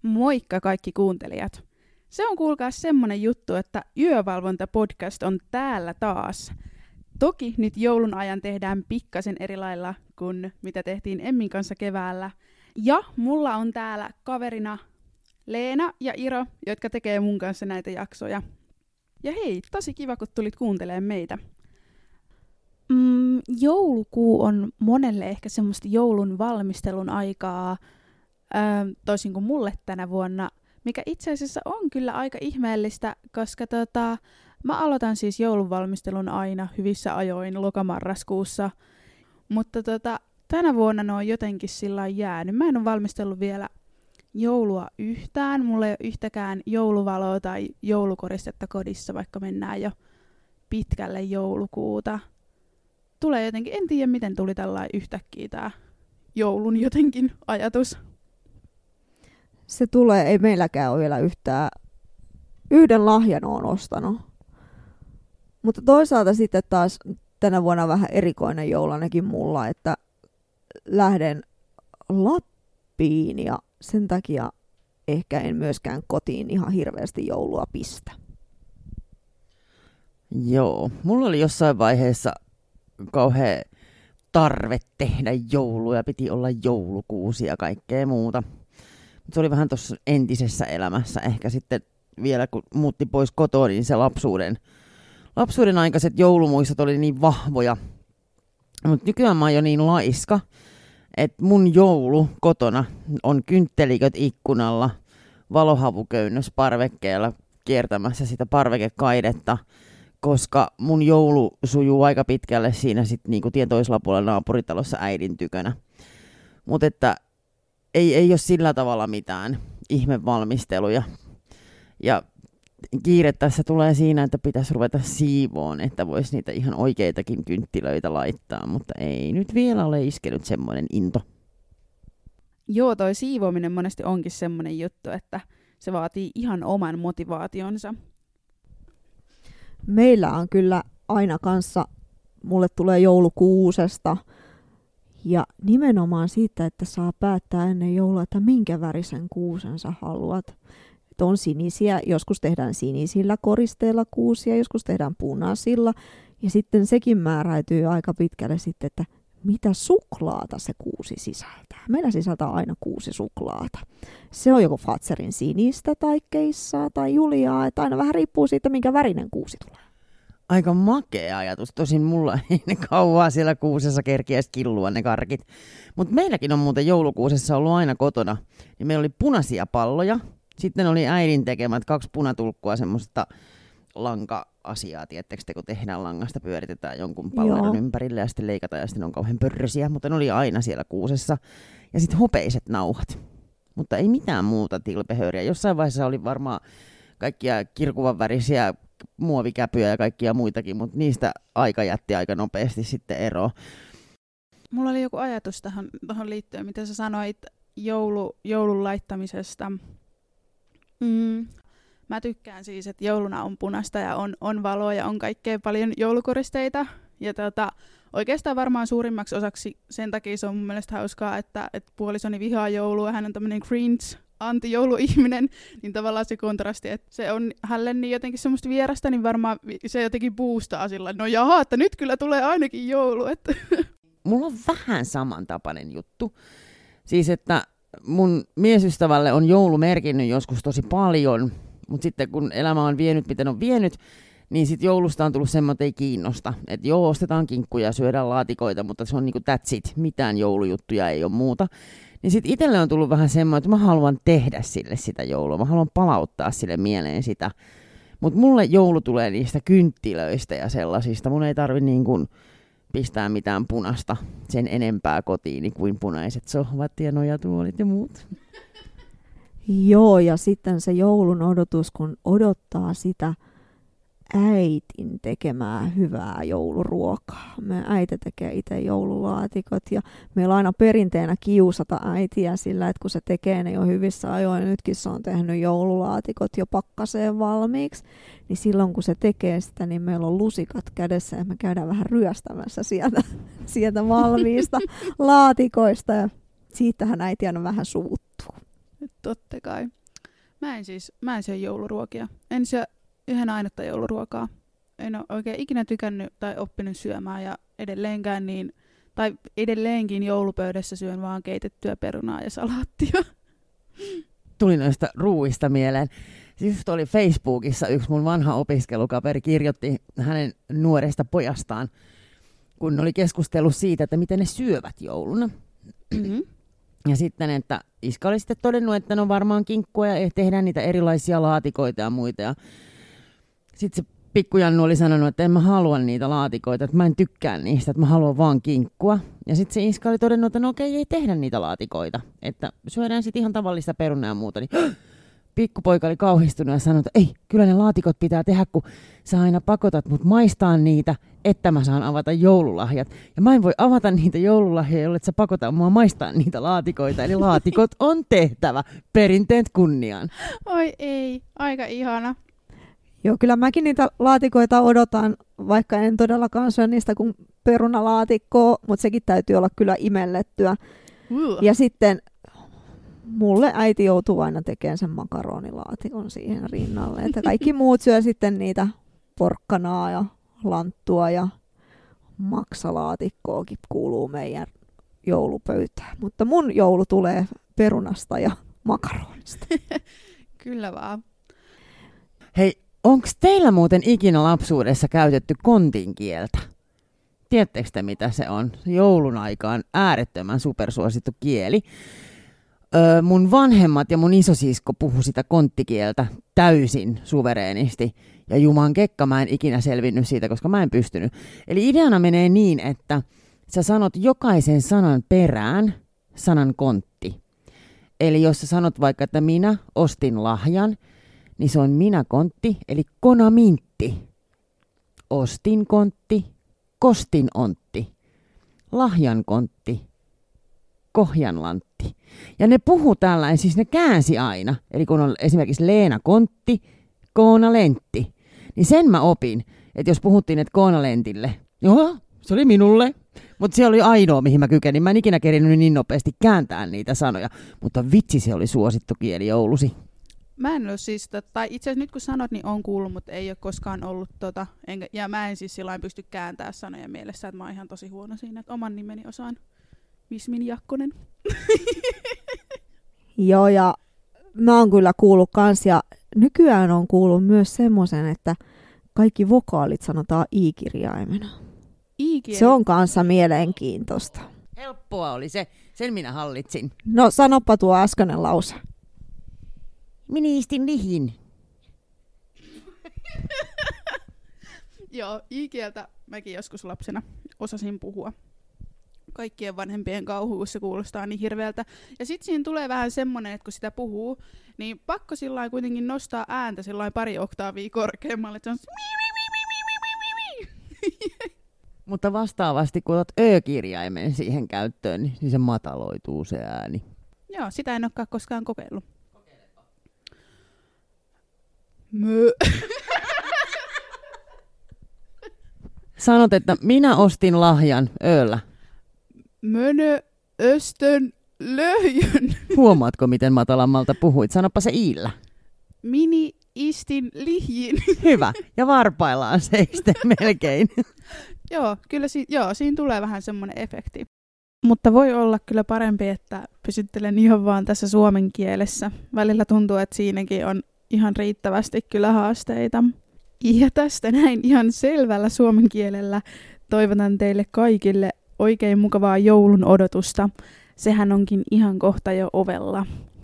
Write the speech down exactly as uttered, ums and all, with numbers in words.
Moikka kaikki kuuntelijat! Se on kuulkaa semmonen juttu, että Yövalvonta-podcast on täällä taas. Toki nyt joulun ajan tehdään pikkasen eri lailla kuin mitä tehtiin Emmin kanssa keväällä. Ja mulla on täällä kaverina Leena ja Iro, jotka tekee mun kanssa näitä jaksoja. Ja hei, tosi kiva kun tulit kuuntelemaan meitä. Mm, joulukuu on monelle ehkä semmoista joulun valmistelun aikaa, öö, toisin kuin mulle tänä vuonna, mikä itse asiassa on kyllä aika ihmeellistä, koska tota, mä aloitan siis joulun valmistelun aina hyvissä ajoin lokamarraskuussa, mutta tota, tänä vuonna ne on jotenkin sillä jäänyt. Mä en ole valmistellut vielä joulua yhtään, mulla ei ole yhtäkään jouluvaloa tai joulukoristetta kodissa, vaikka mennään jo pitkälle joulukuuta. Tulee jotenkin, en tiedä miten tuli tällainen yhtäkkiä tää joulun jotenkin ajatus. Se tulee, ei meilläkään ole vielä yhtään, yhden lahjan on ostanut. Mutta toisaalta sitten taas tänä vuonna vähän erikoinen joulu ainakin mulla, että lähden Lappiin ja sen takia ehkä en myöskään kotiin ihan hirveästi joulua pistä. Joo, mulla oli jossain vaiheessa kauhea tarve tehdä jouluja, piti olla joulukuusi ja kaikkea muuta. Se oli vähän tuossa entisessä elämässä ehkä sitten vielä kun muutti pois kotoa, niin se lapsuuden, lapsuuden aikaiset joulumuistot oli niin vahvoja. Mutta nykyään mä oon jo niin laiska, että mun joulu kotona on kyntteliköt ikkunalla, valohavuköynnös parvekkeella kiertämässä sitä parvekekaidetta, koska mun joulu sujuu aika pitkälle siinä sitten niinku tien toisella puolella naapuritalossa äidin tykönä. Mutta että ei, ei ole sillä tavalla mitään ihmevalmisteluja. Ja kiire tässä tulee siinä, että pitäisi ruveta siivoon, että voisi niitä ihan oikeitakin kynttilöitä laittaa, mutta ei nyt vielä ole iskenyt semmoinen into. Joo, toi siivoaminen monesti onkin semmoinen juttu, että se vaatii ihan oman motivaationsa. Meillä on kyllä aina kanssa, mulle tulee joulukuusesta ja nimenomaan siitä, että saa päättää ennen joulua, että minkä värisen kuusen sä haluat. Et on sinisiä, joskus tehdään sinisillä koristeilla kuusia, joskus tehdään punaisilla ja sitten sekin määräytyy aika pitkälle sitten, että mitä suklaata se kuusi sisältää. Meillä sisältää aina kuusi suklaata. Se on joko Fazerin sinistä tai keissaa tai Juliaa, että aina vähän riippuu siitä, minkä värinen kuusi tulee. Aika makea ajatus. Tosin mulla ei ne kauaa siellä kuusessa kerkiäisi killua ne karkit. Mutta meilläkin on muuten joulukuusessa ollut aina kotona. Niin meillä oli punaisia palloja. Sitten oli äidin tekemät kaksi punatulkkua semmoista lanka-asiaa, tiettekö te, kun tehdään langasta, pyöritetään jonkun pallon ympärille ja sitten leikataan ja sitten on kauhean pörrösiä, mutta ne oli aina siellä kuusessa. Ja sitten hopeiset nauhat, mutta ei mitään muuta tilpehööriä. Jossain vaiheessa oli varmaan kaikkia kirkuvan värisiä muovikäpyjä ja kaikkia muitakin, mutta niistä aika jätti aika nopeasti sitten eroon. Mulla oli joku ajatus tähän, tähän liittyen, mitä sä sanoit joulu, joulun laittamisesta. Mm. Mä tykkään siis, että jouluna on punaista ja on, on valoa ja on kaikkea paljon joulukoristeita. Ja tota, oikeastaan varmaan suurimmaksi osaksi sen takia se on mun mielestä hauskaa, että, että puolisoni vihaa joulua. Hän on tämmöinen cringe anti-jouluihminen, niin tavallaan se kontrasti, että se on hänelle niin jotenkin semmoista vierasta, niin varmaan se jotenkin boostaa sillä, no jaha, että nyt kyllä tulee ainakin joulu. Että. Mulla on vähän samantapainen juttu. Siis, että mun miesystävälle on joulu merkinnyt joskus tosi paljon, mutta sitten kun elämä on vienyt, miten on vienyt, niin sitten joulusta on tullut semmoinen, että ei kiinnosta. Että joo, ostetaan kinkkuja, syödään laatikoita, mutta se on niinku that's it. Mitään joulujuttuja ei ole muuta. Niin sitten itselle on tullut vähän semmoinen, että mä haluan tehdä sille sitä joulua. Mä haluan palauttaa sille mieleen sitä. Mutta mulle joulu tulee niistä kynttilöistä ja sellaisista. Mun ei tarvi niin kuin pistää mitään punasta sen enempää kotiin kuin punaiset sohvat ja nojatuolit ja muut. Joo, ja sitten se joulun odotus, kun odottaa sitä äitin tekemää hyvää jouluruokaa. Me äiti tekee itse joululaatikot ja meillä on aina perinteenä kiusata äitiä sillä, että kun se tekee ne jo hyvissä ajoin, ja nytkin se on tehnyt joululaatikot jo pakkaseen valmiiksi, niin silloin kun se tekee sitä, niin meillä on lusikat kädessä ja me käydään vähän ryöstämässä sieltä, sieltä valmiista laatikoista ja siitähän äiti aina vähän suuttuu. Totta kai. Mä en siis, mä en syö jouluruokia. En syö yhden ainutta jouluruokaa. En ole oikein ikinä tykännyt tai oppinut syömään ja edelleenkään niin, tai edelleenkin joulupöydässä syön vaan keitettyä perunaa ja salaattia. Tuli noista ruuista mieleen. Just oli Facebookissa yksi mun vanha opiskelukaveri kirjoitti hänen nuoresta pojastaan, kun oli keskustellut siitä, että miten ne syövät jouluna. Mm-hmm. Ja sitten, että iska oli sitten todennut, että no varmaan kinkkua ja tehdään niitä erilaisia laatikoita ja muita. Ja sitten se pikkujannu oli sanonut, että en mä halua niitä laatikoita, että mä en tykkää niistä, että mä haluan vaan kinkkua. Ja sitten se iska oli todennut, että no okei, ei tehdä niitä laatikoita, että syödään sitten ihan tavallista perunaa ja muuta. Niin pikkupoika oli kauhistunut ja sanoi, että ei, kyllä ne laatikot pitää tehdä, kun sä aina pakotat mut maistaa niitä, että mä saan avata joululahjat. Ja mä en voi avata niitä joululahjoja, jolle sä pakota mua maistaa niitä laatikoita. Eli laatikot on tehtävä perinteet kunniaan. Oi ei, aika ihana. Joo, kyllä mäkin niitä laatikoita odotan, vaikka en todellakaan syö niistä kuin perunalaatikkoa, mutta sekin täytyy olla kyllä imellettyä. Uh. Ja sitten mulle äiti joutuu aina tekemään sen makaronilaatikon siihen rinnalle. Että kaikki muut syö sitten niitä porkkanaa ja lanttua ja maksalaatikkoakin kuuluu meidän joulupöytään. Mutta mun joulu tulee perunasta ja makaronista. Kyllä vaan. Hei, onko teillä muuten ikinä lapsuudessa käytetty kontin kieltä? Tiedättekö te, mitä se on? Joulun aikaan äärettömän supersuosittu kieli. Öö, mun vanhemmat ja mun isosisko puhu sitä konttikieltä täysin suvereenisti. Ja juman kekka, mä en ikinä selvinnyt siitä, koska mä en pystynyt. Eli ideana menee niin, että sä sanot jokaisen sanan perään sanan kontti. Eli jos sä sanot vaikka, että minä ostin lahjan, niin se on minä kontti, eli konamintti. Ostin kontti, kostin ontti. Lahjan kontti, kohjanlantti. Ja ne puhuu tällainen, siis ne käänsi aina. Eli kun on esimerkiksi Leena kontti, Koona lentti. Niin sen mä opin, että jos puhuttiin, että Koona lentille, joo, se oli minulle. Mutta se oli ainoa, mihin mä kykenin. Mä en ikinä kerinyt niin nopeasti kääntää niitä sanoja. Mutta vitsi, se oli suosittu kieli joulusi. Mä en ole siis, tai itse asiassa nyt kun sanot, niin on kuullut, mutta ei ole koskaan ollut tota, enkä, ja mä en siis sillain pysty kääntämään sanoja mielessä, että mä oon ihan tosi huono siinä, että oman nimeni osaan. Mismin Jakkonen. Joo, ja mä oon kyllä kuullut kans, ja nykyään on kuullut myös semmoisen, että kaikki vokaalit sanotaan i-kirjaimena. I-kieli. Se on kanssa mielenkiintoista. Helppoa oli se, sen minä hallitsin. No sanoppa tuo äskeinen lause. Ministin lihin. Joo, i-kieltä mäkin joskus lapsena osasin puhua. Kaikkien vanhempien kauhuus, kuulostaa niin hirveältä. Ja sitten siinä tulee vähän semmoinen, että kun sitä puhuu, niin pakko sillain kuitenkin nostaa ääntä sillain pari oktaavia korkeammalle, että se on Mutta vastaavasti, kun otat ö-kirjaimen siihen käyttöön, niin se mataloituu se ääni. Joo, sitä en olekaan koskaan kokeillut. Mö. Sanot, että minä ostin lahjan ööllä. Mönö östön löjyn. Huomaatko, miten matalammalta puhuit? Sanoppa se iillä. Mini istin lihjin. Hyvä. Ja varpaillaan seisten melkein. Joo, kyllä si- joo, siinä tulee vähän semmoinen efekti. Mutta voi olla kyllä parempi, että pysyttelen ihan vaan tässä suomen kielessä. Välillä tuntuu, että siinäkin on ihan riittävästi kyllä haasteita. Ja tästä näin ihan selvällä suomen kielellä toivotan teille kaikille oikein mukavaa joulun odotusta. Sehän onkin ihan kohta jo ovella.